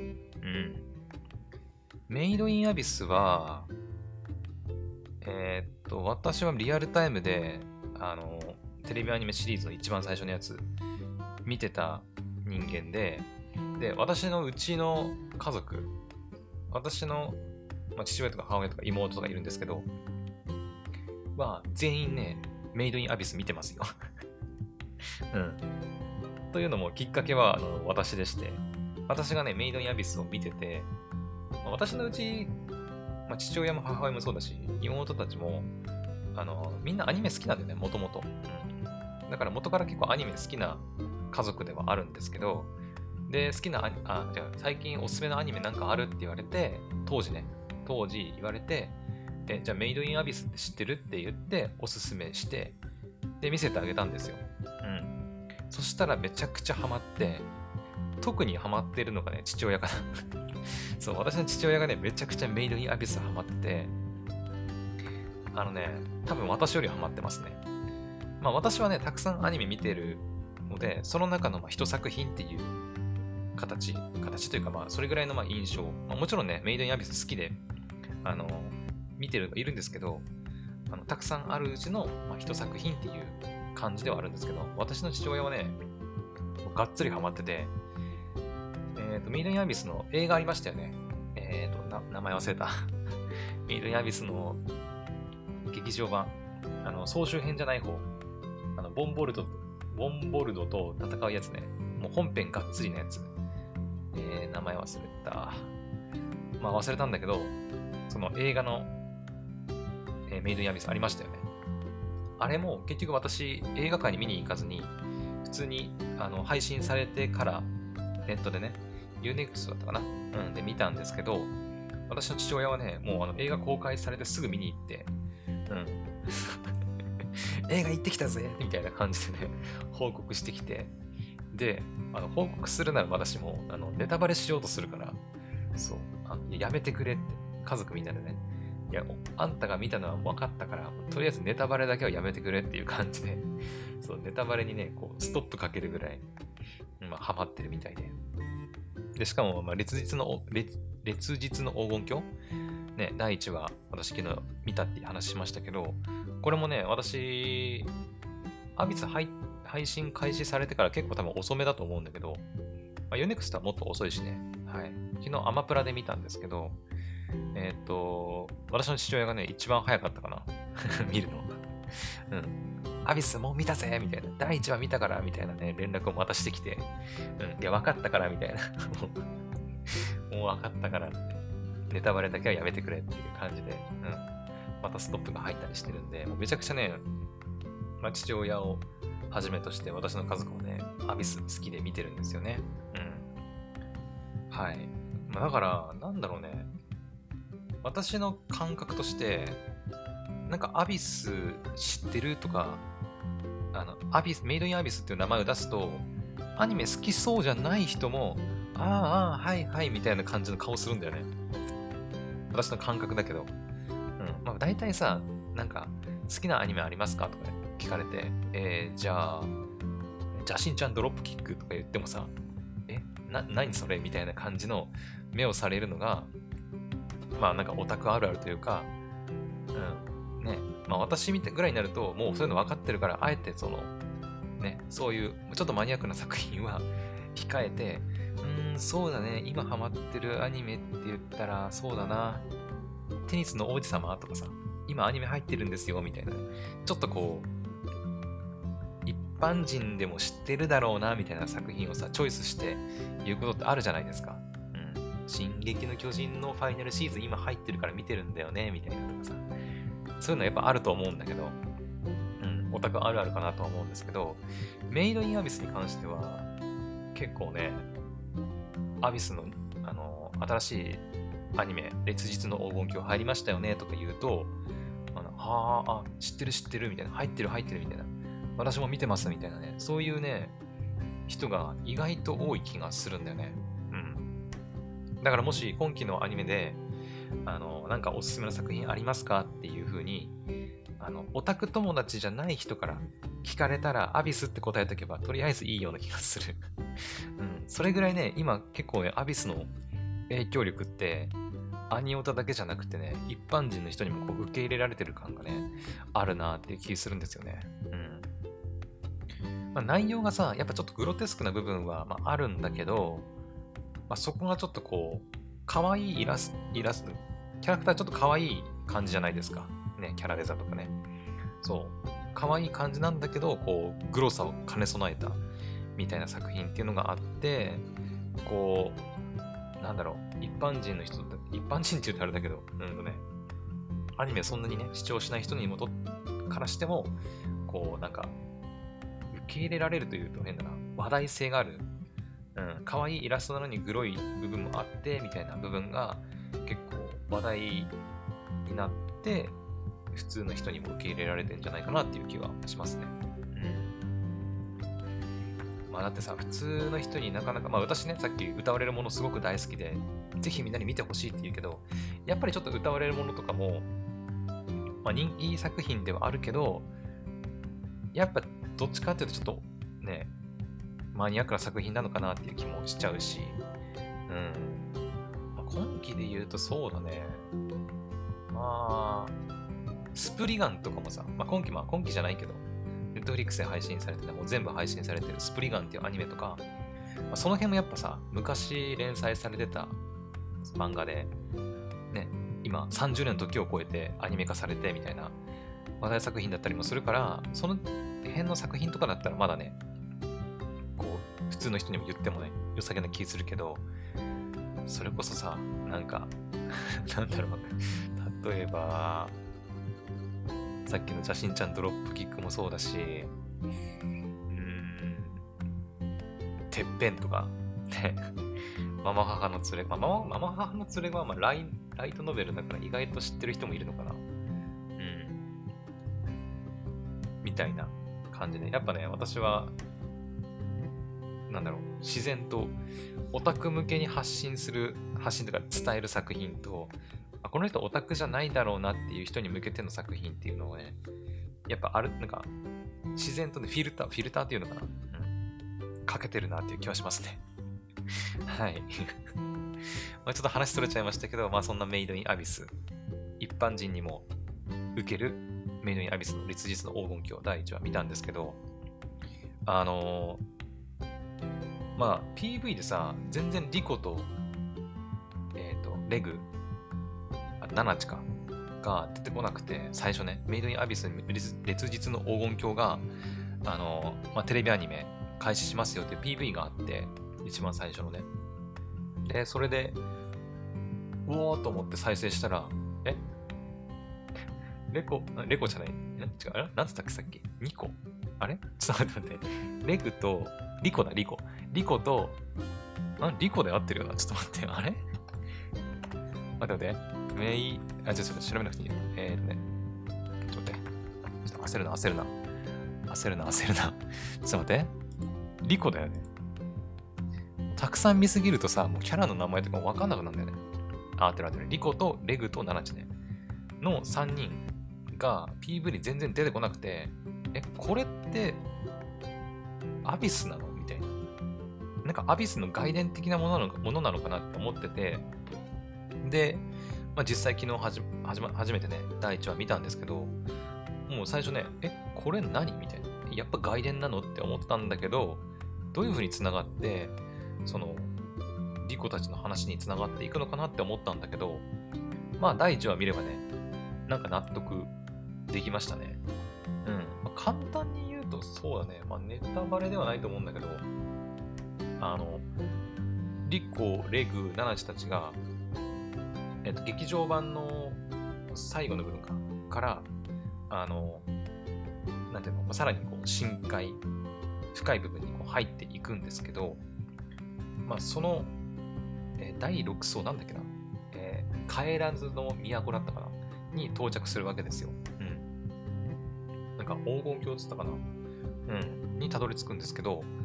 メイドインアビスは、えー、っと、私はリアルタイムで、あの、テレビアニメシリーズの一番最初のやつ、見てた人間で、で、私のうちの家族、私の、まあ、父親とか母親とか妹とかいるんですけど、は、全員ね、メイドインアビス見てますよ。うん。というのも、きっかけは、あの、私でして、私がね、メイドインアビスを見てて、まあ、私のうち、まあ、父親も母親もそうだし、妹たちも、あの、みんなアニメ好きなんだよね、もともと。うん。だから元から結構アニメ好きな家族ではあるんですけど、で、好きなアニ、あ、じゃあ最近おすすめのアニメなんかあるって言われて、当時ね、当時言われて、え、じゃあメイドインアビスって知ってるって言って、おすすめして、で、見せてあげたんですよ。うん。そしたらめちゃくちゃハマって、特にハマってるのがね、父親かな。そう、私の父親がね、めちゃくちゃメイドインアビスハマってて、あのね、多分私よりハマってますね。まあ私はね、たくさんアニメ見てるので、その中のまあ一作品っていう形、形というかまあそれぐらいのまあ印象、まあ、もちろんね、メイドインアビス好きで、あの、見てるのいるんですけど、あのたくさんあるうちのまあ一作品っていう感じではあるんですけど、私の父親はね、がっつりハマってて、えっと、メイドインアビスの映画ありましたよね。えっと、な名前忘れた。メイドインアビスの劇場版、あの、総集編じゃない方、あの、ボンボルド、ボンボルドと戦うやつね。もう本編がっつりのやつ。えー、名前忘れた。まあ忘れたんだけど、その映画の、えー、メイドインアビスありましたよね。あれも結局私、映画館に見に行かずに、普通にあの配信されてからネットでね、ユーネクスト だったかな、うん、で見たんですけど、私の父親はね、もうあの映画公開されてすぐ見に行って、うん。映画行ってきたぜみたいな感じでね、報告してきて、で、あの報告するなら私もあのネタバレしようとするから、そう、あのやめてくれって、家族みんなでね、いや、あんたが見たのは分かったから、とりあえずネタバレだけはやめてくれっていう感じで、そう、ネタバレにね、こう、ストップかけるぐらい、まあ、ハマってるみたいで。で、しかも、まあ、烈日の、烈烈日の黄金鏡ね、だいいちわ、私昨日見たっていう話しましたけど、これもね、私、アビス配配信開始されてから結構多分遅めだと思うんだけど、まあ、ユーネクスト はもっと遅いしね、はい。昨日アマプラで見たんですけど、えーっと、私の父親がね、一番早かったかな。見るの。うん。アビスもう見たぜみたいな。だいいちわ見たからみたいなね、連絡をまたしてきて、うん。いや、分かったからみたいな。もう分かったからって。ネタバレだけはやめてくれっていう感じで、うん。またストップが入ったりしてるんで、もうめちゃくちゃね、まあ、父親をはじめとして私の家族もね、アビス好きで見てるんですよね。うん。はい。まあ、だから、なんだろうね。私の感覚として、なんかアビス知ってるとか、あの、アビス、メイドインアビスっていう名前を出すと、アニメ好きそうじゃない人も、ああ、ああ、はいはい、みたいな感じの顔するんだよね。私の感覚だけど。うん。まあ大体さ、なんか、好きなアニメありますかとか聞かれて、えー、じゃあ、じゃあしんちゃんドロップキックとか言ってもさ、え、な、何それみたいな感じの目をされるのが、まあなんかオタクあるあるというか、うん、ね、まあ私みたいぐらいになると、もうそういうの分かってるから、あえてその、ね、そういうちょっとマニアックな作品は控えて、うーん、そうだね、今ハマってるアニメって言ったら、そうだな、テニスの王子様とかさ、今アニメ入ってるんですよ、みたいな。ちょっとこう、一般人でも知ってるだろうな、みたいな作品をさ、チョイスして言うことってあるじゃないですか。進撃の巨人のファイナルシーズン今入ってるから見てるんだよね、みたいなとかさ。そういうのやっぱあると思うんだけど、うん、オタクあるあるかなとは思うんですけど、メイドインアビスに関しては、結構ね、アビスの、あの、新しいアニメ、烈日の黄金鏡入りましたよね、とか言うと、あの、はあ、あ、知ってる知ってる、みたいな、入ってる入ってる、みたいな、私も見てます、みたいなね、そういうね、 人が意外と多い気がするんだよね。うん。だからもし今期のアニメで、あの、なんかおすすめの作品ありますかっていう風に、あの、オタク友達じゃない人から聞かれたら、アビスって答えとけば、とりあえずいいような気がする。うん。それぐらいね、今結構ね、アビスの影響力って、アニオタだけじゃなくてね、一般人の人にもこう受け入れられてる感がね、あるなっていう気するんですよね。うん。まあ、内容がさ、やっぱちょっとグロテスクな部分は、まあ、あるんだけど、まあ、そこがちょっとこう、可愛いイラスト、イラスト、キャラクターちょっと可愛い感じじゃないですか。ね、キャラデザとかね。そう。可愛い感じなんだけど、こう、グロさを兼ね備えたみたいな作品っていうのがあって、こう、なんだろう、一般人の人、一般人って言うとあれだけど、うんとね、アニメそんなにね、視聴しない人にもとからしても、こう、なんか、受け入れられるというと変だな、話題性がある、うん、可愛いイラストなのにグロい部分もあって、みたいな部分が結構話題になって、普通の人にも受け入れられてんじゃないかなっていう気がしますね。うん。まあだってさ、普通の人になかなか、まあ私ね、さっき歌われるものすごく大好きで、ぜひみんなに見てほしいって言うけど、やっぱりちょっと歌われるものとかも、まあ人気作品ではあるけど、やっぱどっちかっていうとちょっとね、マニアックな作品なのかなっていう気もしちゃうし、うん。まあ、今期で言うとそうだね。まあ、スプリガンとかもさ、まあ、今期、まあ今期じゃないけど、ネットフリックスで配信されてて、もう全部配信されてるスプリガンっていうアニメとか、まあ、その辺もやっぱさ、昔連載されてた漫画で、ね、今さんじゅうねんの時を超えてアニメ化されてみたいな話題作品だったりもするから、その辺の作品とかだったらまだね、こう、普通の人にも言ってもね、良さげな気するけど、それこそさ、なんか、なんだろう、例えば、さっきのジャシンちゃんドロップキックもそうだし、うーん、てっぺんとか、ね、ママ母の連れ、まあ、ママママ母の連れはまあライライトノベルだから意外と知ってる人もいるのかな。うん。みたいな感じで、やっぱね、私は、なんだろう、自然とオタク向けに発信する、発信とか伝える作品と、あ、この人オタクじゃないだろうなっていう人に向けての作品っていうのをね、やっぱある、なんか、自然とね、フィルター、フィルターっていうのかな、うん、かけてるなっていう気はしますね。はい。まあちょっと話それちゃいましたけど、まあそんなメイドインアビス、一般人にも受けるメイドインアビスの立実の黄金鏡だいいちわ見たんですけど、あのーまあ、ピーブイ でさ、全然リコと、えっと、レグ、あとナナチか、が出てこなくて、最初ね、メイドインアビスに烈日の黄金鏡が、あの、まあ、テレビアニメ開始しますよっていう ピーブイ があって、一番最初のね。で、それで、うおーと思って再生したら、えレコ、レコじゃない、ん違う、あれなんつったっけさっきニコあれちょっと待って待って。レグと、リコだ、リコ。リコと、あ、リコで合ってるよな。ちょっと待って、あれ待って待って。メイ、あ、ちょっと調べなくていいよ。えーとね。ちょっと待って。ちょっと焦るな、焦るな。焦るな、焦るな。ちょっと待って。リコだよね。たくさん見すぎるとさ、もうキャラの名前とかわかんなくなるんだよね。あ、合ってる合ってる。リコとレグとナナチね。のさんにんが ピーブイ に全然出てこなくて、え、これって、アビスなのみたいな。なんかアビスの外伝的なものなのかものなのかなって思ってて、で、まあ、実際昨日はじ、はじま、初めてね、だいいちわ見たんですけど、もう最初ね、え、これ何みたいな。やっぱ外伝なのって思ってたんだけど、どういう風に繋がって、その、リコたちの話に繋がっていくのかなって思ったんだけど、まあだいいちわ見ればね、なんか納得できましたね。うん。まあ、簡単に言うとそうだね、まあネタバレではないと思うんだけど、あの、リコ、レグ、ナナチたちが、えっと、劇場版の最後の部分かから、あの、なんていうの、まあ、さらにこう深海、深い部分にこう入っていくんですけど、まあ、その、えー、だいろくそうなんだっけな、えー、帰らずの都だったかなに到着するわけですよ。うん。なんか黄金鏡っつったかなうん。にたどり着くんですけど、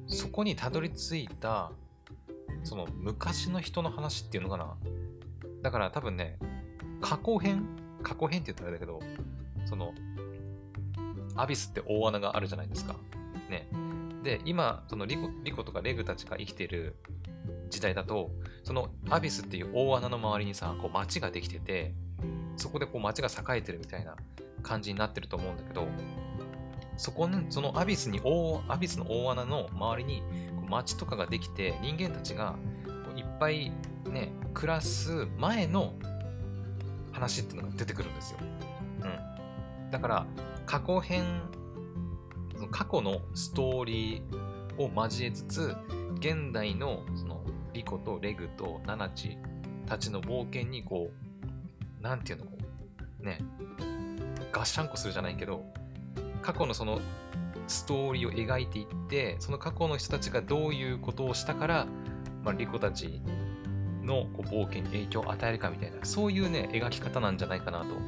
そこにたどり着いた、その昔の人の話っていうのかな。だから多分ね、過去編過去編って言ったらあれだけど、その、アビスって大穴があるじゃないですか。ね。で、今、そのリコ、リコとかレグたちが生きてる時代だと、そのアビスっていう大穴の周りにさ、こう街ができてて、そこでこう街が栄えてるみたいな感じになってると思うんだけど、そこに、そのアビスに大、アビスの大穴の周りにこう街とかができて、人間たちがこういっぱいね、暮らす前の話っていうのが出てくるんですよ。うん。だから、過去編、その過去のストーリーを交えつつ、現代のそのリコとレグとナナチたちの冒険にこう、なんていうの、こう、ね、ガッシャンコするじゃないけど、過去のそのストーリーを描いていって、その過去の人たちがどういうことをしたから、まあ、リコたちのこう冒険に影響を与えるかみたいな、そういうね、描き方なんじゃないかなと、うん、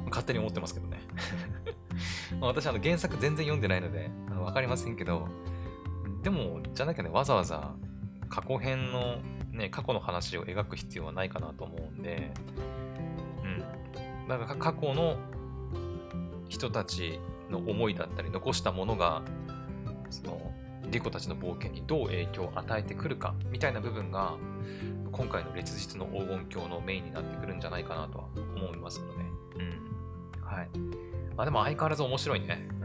勝手に思ってますけどね。まあ私あの原作全然読んでないのであの分かりませんけど、でもじゃなきゃね、わざわざ過去編のね、過去の話を描く必要はないかなと思うんで、うん。だから過去の人たちの思いだったり残したものが、そのリコたちの冒険にどう影響を与えてくるかみたいな部分が今回の烈日の黄金鏡のメインになってくるんじゃないかなとは思いますので、うん。はい。まあでも相変わらず面白いね。うん。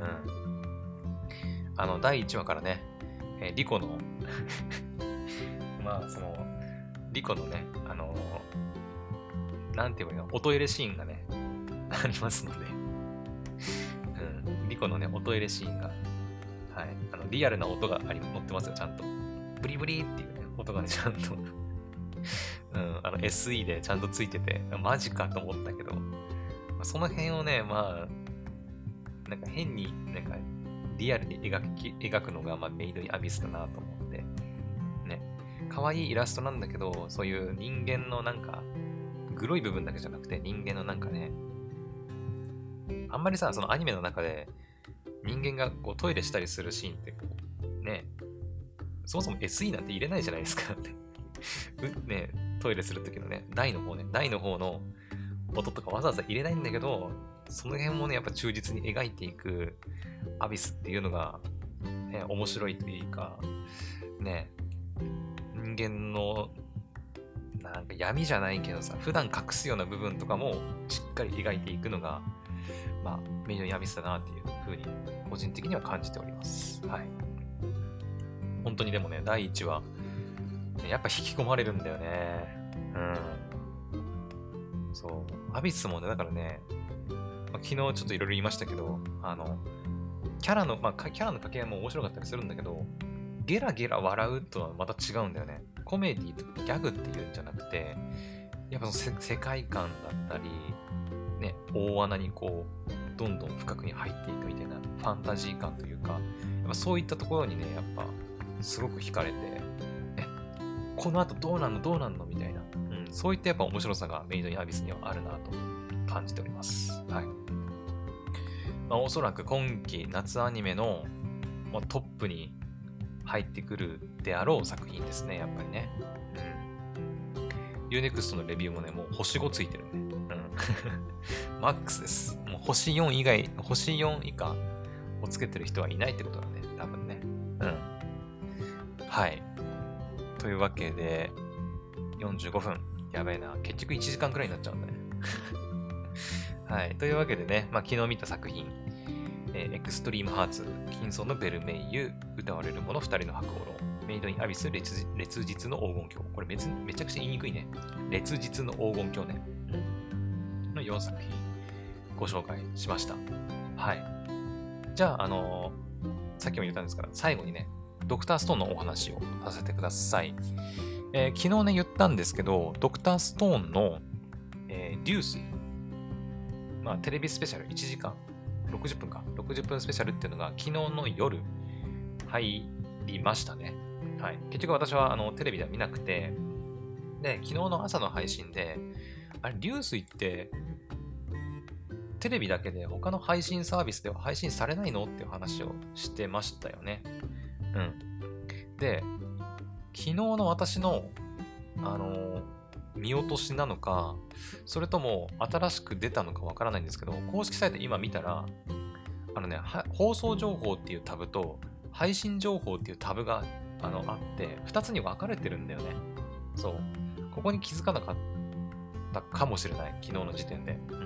あの、だいいちわからね、えーリコの、まあその、リコのね、あのーなんて言えばいいの、音入れシーンがね、ありますので、うん。リコのね、音入れシーンが、はい。あの、リアルな音があり、乗ってますよ、ちゃんと。ブリブリっていうね、音がね、ちゃんと、うん、あの エスイー でちゃんとついてて、マジかと思ったけど、まあその辺をね、まあ、なんか変になんかリアルに描き描くのが、まあ、メイドインアビスだなと思って、ね、可愛いイラストなんだけど、そういう人間のなんか、グロい部分だけじゃなくて、人間のなんかね、あんまりさ、そのアニメの中で人間がこうトイレしたりするシーンってこう、ね、そもそも エスイー なんて入れないじゃないですかってうね、トイレするときのね、台の方ね、台の方の音とかわざわざ入れないんだけど、その辺もね、やっぱ忠実に描いていくアビスっていうのが、ね、面白いというか、ね、人間のなんか闇じゃないけどさ、普段隠すような部分とかもしっかり描いていくのが、まあ、メイドインアビスだなっていう風に、個人的には感じております。はい。本当にでもね、だいいちわ、やっぱ引き込まれるんだよね。うん。そう。アビスもね、だからね、まあ、昨日ちょっといろいろ言いましたけど、あの、キャラの、まあ、キャラの掛け合いも面白かったりするんだけど、ゲラゲラ笑うとはまた違うんだよね。コメディとかギャグっていうんじゃなくて、やっぱその世界観だったり、ね、大穴にこう、どんどん深くに入っていくみたいなファンタジー感というか、やっぱそういったところにね、やっぱすごく惹かれて、え、この後どうなんのどうなんのみたいな、うん、そういったやっぱ面白さがメイドインアビスにはあるなと感じております。はい。まあ、おそらく今季夏アニメのもうトップに入ってくるであろう作品ですね、やっぱりね。うん。ユーネクストのレビューもね、もう星ごついてるね。うん。マックスです。もう星よん以外、星よん以下をつけてる人はいないってことだね、多分ね。うん。はい。というわけで、よんじゅうごふん。やばいな。結局いちじかんくらいになっちゃうんだね。はい。というわけでね、まあ、昨日見た作品、えーエクストリームハーツ、金層のベルメイユ、歌われる者ふたりの白狼、メイドインアビス、烈烈日の黄金鏡。これめめちゃくちゃ言いにくいね。烈日の黄金鏡ね。のよんさく品ご紹介しました。はい。じゃあ、あのーさっきも言ったんですから、最後にね、ドクターストーンのお話をさせてください。えー昨日ね、言ったんですけど、ドクターストーンの、えー、流水、まあ、テレビスペシャルいちじかん、ろくじゅっぷんか、ろくじゅっぷんスペシャルっていうのが昨日の夜入りましたね。はい。結局私はあのテレビでは見なくて、で、昨日の朝の配信で、あれ、流水って、テレビだけで他の配信サービスでは配信されないのっていう話をしてましたよね。 うん。で、昨日の私の、あのー見落としなのか、それとも新しく出たのかわからないんですけど、公式サイト今見たら、あのね、放送情報っていうタブと、配信情報っていうタブがあのあって、ふたつに分かれてるんだよね。そう。ここに気づかなかったかもしれない。昨日の時点で。うん、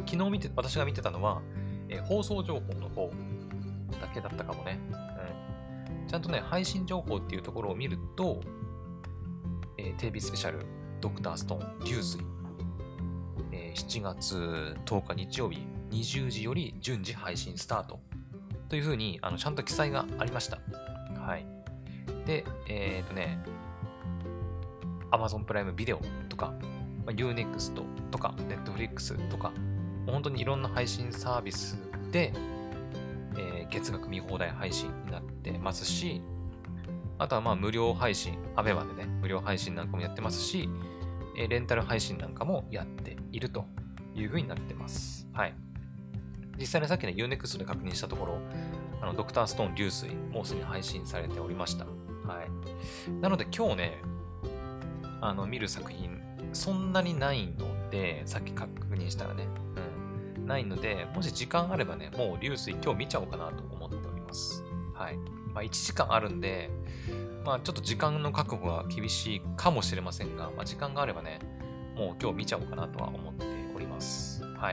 昨日見て、私が見てたのは、えー放送情報の方だけだったかもね。うん。ちゃんとね、配信情報っていうところを見ると、えーテレビスペシャル、ドクターストーン、流水、えーしちがつとおか日曜日、にじゅうじより順次配信スタートというふうに、あのちゃんと記載がありました。はい。で、えっ、ー、とね、Amazon プライムビデオとか、まあ、ユーネクスト とか、Netflix とか、本当にいろんな配信サービスで、えー月額見放題配信になってますし、あとはまあ無料配信、アベマでね、無料配信なんかもやってますし、えーレンタル配信なんかもやっているという風になってます。はい。実際にさっきね、ユーネクスト で確認したところ、あのドクターストーン流水、もうすでに配信されておりました。はい。なので今日ね、あの見る作品、そんなにないので、さっき確認したらね、うん、ないので、もし時間あればね、もう流水今日見ちゃおうかなと思っております。はい。まあいちじかんあるんで、まあちょっと時間の確保が厳しいかもしれませんが、まあ時間があればね、もう今日見ちゃおうかなとは思っております。はい。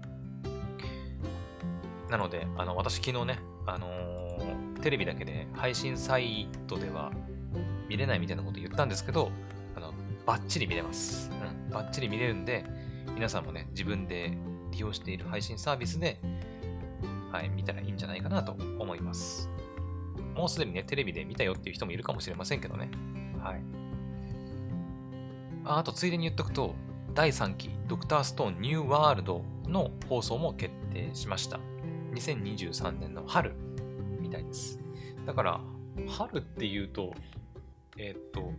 なので、あの、私昨日ね、あのーテレビだけで配信サイトでは見れないみたいなこと言ったんですけど、あの、バッチリ見れます。うん、バッチリ見れるんで、皆さんもね、自分で利用している配信サービスで、はい、見たらいいんじゃないかなと思います。もうすでにね、テレビで見たよっていう人もいるかもしれませんけどね。はい。ああと、ついでに言っとくと、だいさんきドクターストーンニューワールドの放送も決定しました。にせんにじゅうさんねんの春みたいです。だから、春っていうと、えーっと、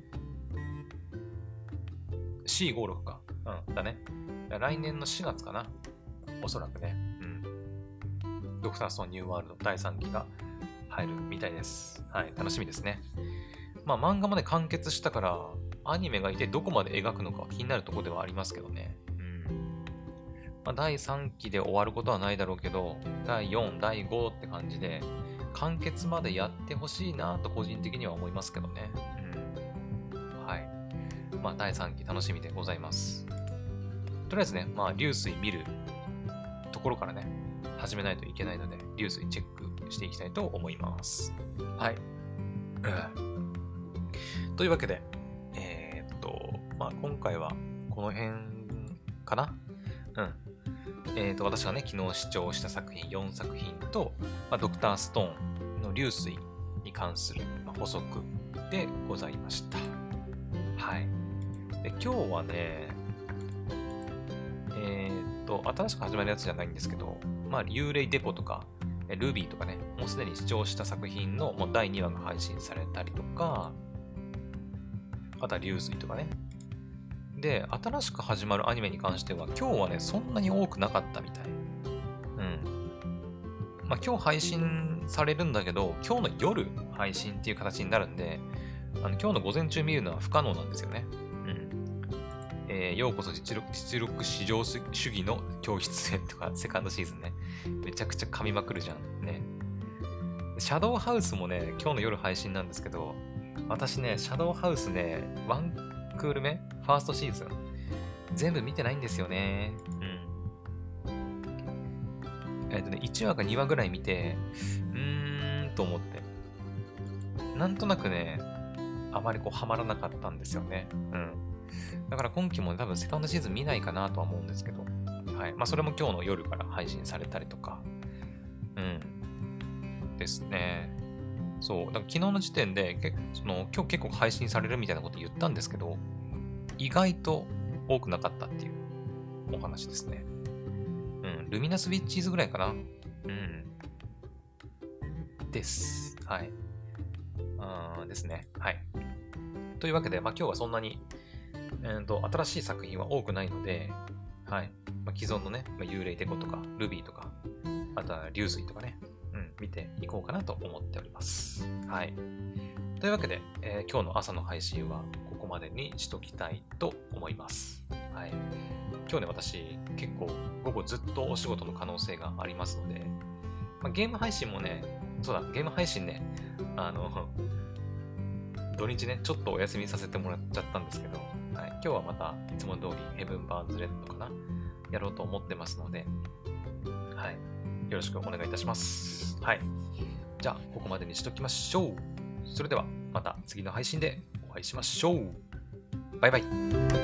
シーごじゅうろく か。うん、だね。来年のしがつかな。おそらくね。うん。ドクターストーンニューワールドだいさんきが入るみたいです。はい、楽しみですね。まあ漫画まで完結したから、アニメがいてどこまで描くのか気になるところではありますけどね。うん。まあ、だいさんきで終わることはないだろうけど、だいよん、だいごって感じで、完結までやってほしいなと個人的には思いますけどね。うん。はい。まあだいさんき楽しみでございます。とりあえずね、まあ流水見るところからね、始めないといけないので、流水チェックしていきたいと思います。はい。というわけで、えー、っと、まあ今回はこの辺かな。うん。えー、と私がね、昨日視聴した作品よんさく品と、まあ、ドクターストーンの流水に関する、まあ、補足でございました。はい。で、今日はね、えー、と、新しく始まるやつじゃないんですけど、まあ、幽霊デポとか、ルビーとかね、もうすでに視聴した作品のもうだいにわが配信されたりとか、あとは流水とかね、で、新しく始まるアニメに関しては、今日はね、そんなに多くなかったみたい。うん。まあ、今日配信されるんだけど、今日の夜配信っていう形になるんで、あの今日の午前中見るのは不可能なんですよね。うん。えー、ようこそ実力、実力至上主義の教室へとか、セカンドシーズンね。めちゃくちゃ噛みまくるじゃん。ね。シャドウハウスもね、今日の夜配信なんですけど、私ね、シャドウハウスね、ワンクール目ファーストシーズン全部見てないんですよね。うん。えっとね、いちわかにわぐらい見て、うーんと思って。なんとなくね、あまりこうハマらなかったんですよね。うん。だから今期も多分セカンドシーズン見ないかなとは思うんですけど。はい。まあそれも今日の夜から配信されたりとか。うん。ですね。そう。だから昨日の時点で、けその今日結構配信されるみたいなこと言ったんですけど、意外と多くなかったっていうお話ですね。うん。ルミナス・ウィッチーズぐらいかな。うん。です。はい。うんですね。はい。というわけで、まあ今日はそんなに、えー、と新しい作品は多くないので、はい。まあ、既存のね、まあ、幽霊デコとか、ルビーとか、あとは流水とかね。うん。 見ていこうかなと思っております。はい。というわけで、えー今日の朝の配信はここまでにしときたいと思います。はい。今日ね、私、結構午後ずっとお仕事の可能性がありますので、まあ、ゲーム配信もね、そうだ、ゲーム配信ね、あの、土日ね、ちょっとお休みさせてもらっちゃったんですけど、はい、今日はまたいつも通りヘブンバーンズレッドかな、やろうと思ってますので、はい、よろしくお願いいたします。はい。じゃあ、ここまでにしときましょう。それでは、また次の配信でお会いしましょう。バイバイ。